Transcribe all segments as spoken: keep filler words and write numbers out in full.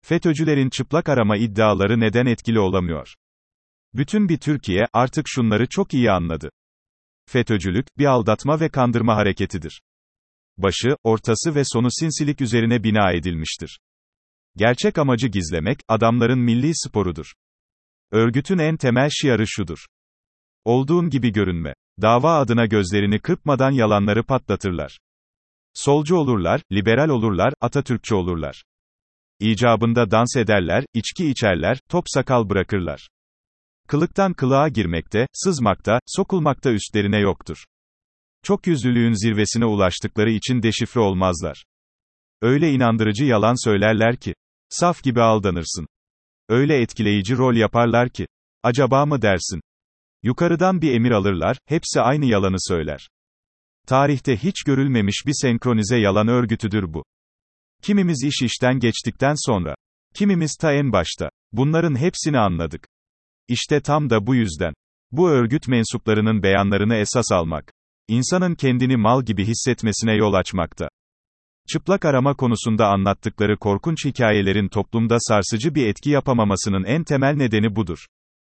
FETÖ'cülerin çıplak arama iddiaları neden etkili olamıyor? Bütün bir Türkiye, artık şunları çok iyi anladı. FETÖ'cülük, bir aldatma ve kandırma hareketidir. Başı, ortası ve sonu sinsilik üzerine bina edilmiştir. Gerçek amacı gizlemek, adamların milli sporudur. Örgütün en temel şiarı şudur: olduğun gibi görünme. Dava adına gözlerini kırpmadan yalanları patlatırlar. Solcu olurlar, liberal olurlar, Atatürkçü olurlar. İcabında dans ederler, içki içerler, top sakal bırakırlar. Kılıktan kılığa girmekte, sızmakta, sokulmakta üstlerine yoktur. Çokyüzlülüğün zirvesine ulaştıkları için deşifre olmazlar. Öyle inandırıcı yalan söylerler ki, saf gibi aldanırsın. Öyle etkileyici rol yaparlar ki, acaba mı dersin? Yukarıdan bir emir alırlar, hepsi aynı yalanı söyler. Tarihte hiç görülmemiş bir senkronize yalan örgütüdür bu. Kimimiz iş işten geçtikten sonra, kimimiz ta en başta. Bunların hepsini anladık. İşte tam da bu yüzden. Bu örgüt mensuplarının beyanlarını esas almak, insanın kendini mal gibi hissetmesine yol açmakta. Çıplak arama konusunda anlattıkları korkunç hikayelerin toplumda sarsıcı bir etki yapamamasının en temel nedeni budur.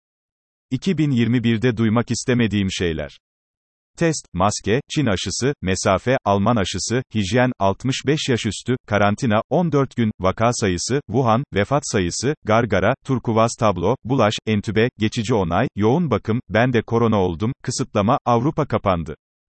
iki bin yirmi birde duymak istemediğim şeyler. Test, maske, Çin aşısı, mesafe, Alman aşısı, hijyen, altmış beş yaş üstü, karantina, on dört gün, vaka sayısı, Wuhan, vefat sayısı, gargara, turkuaz tablo, bulaş, entübe, geçici onay, yoğun bakım, ben de korona oldum, kısıtlama, Avrupa kapandı.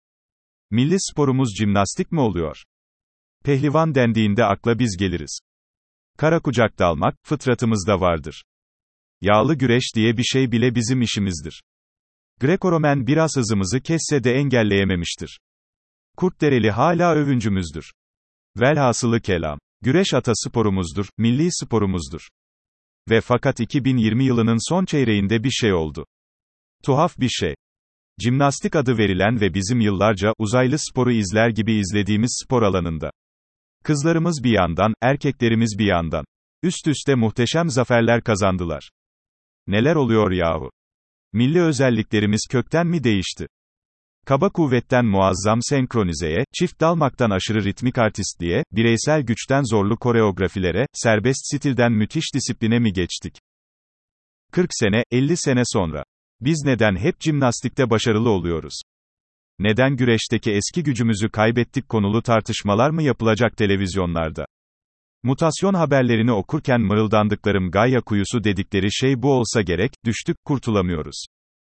Milli sporumuz jimnastik mi oluyor? Pehlivan dendiğinde akla biz geliriz. Kara kucak dalmak, fıtratımızda vardır. Yağlı güreş diye bir şey bile bizim işimizdir. Grekoromen biraz hızımızı kesse de engelleyememiştir. Kurtdereli hala övüncümüzdür. Velhasılı kelam, güreş atasporumuzdur, milli sporumuzdur. Ve fakat iki bin yirmi yılının son çeyreğinde bir şey oldu. Tuhaf bir şey. Jimnastik adı verilen ve bizim yıllarca uzaylı sporu izler gibi izlediğimiz spor alanında. Kızlarımız bir yandan, erkeklerimiz bir yandan. Üst üste muhteşem zaferler kazandılar. Neler oluyor yahu? Milli özelliklerimiz kökten mi değişti? Kaba kuvvetten muazzam senkronizeye, çift dalmaktan aşırı ritmik artistliğe, bireysel güçten zorlu koreografilere, serbest stilden müthiş disipline mi geçtik? kırk sene, elli sene sonra. Biz neden hep jimnastikte başarılı oluyoruz? Neden güreşteki eski gücümüzü kaybettik konulu tartışmalar mı yapılacak televizyonlarda? Mutasyon haberlerini okurken mırıldandıklarım Gaia kuyusu dedikleri şey bu olsa gerek, düştük, kurtulamıyoruz.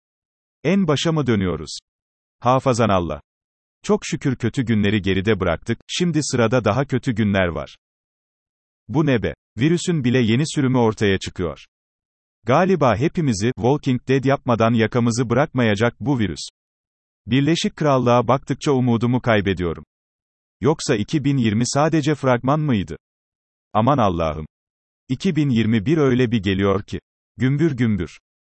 En başa mı dönüyoruz? Hafazanallah. Çok şükür kötü günleri geride bıraktık, şimdi sırada daha kötü günler var. Bu ne be? Virüsün bile yeni sürümü ortaya çıkıyor. Galiba hepimizi, Walking Dead yapmadan yakamızı bırakmayacak bu virüs. Birleşik Krallığa baktıkça umudumu kaybediyorum. Yoksa iki bin yirmi sadece fragman mıydı? Aman Allah'ım. iki bin yirmi bir öyle bir geliyor ki. Gümbür gümbür.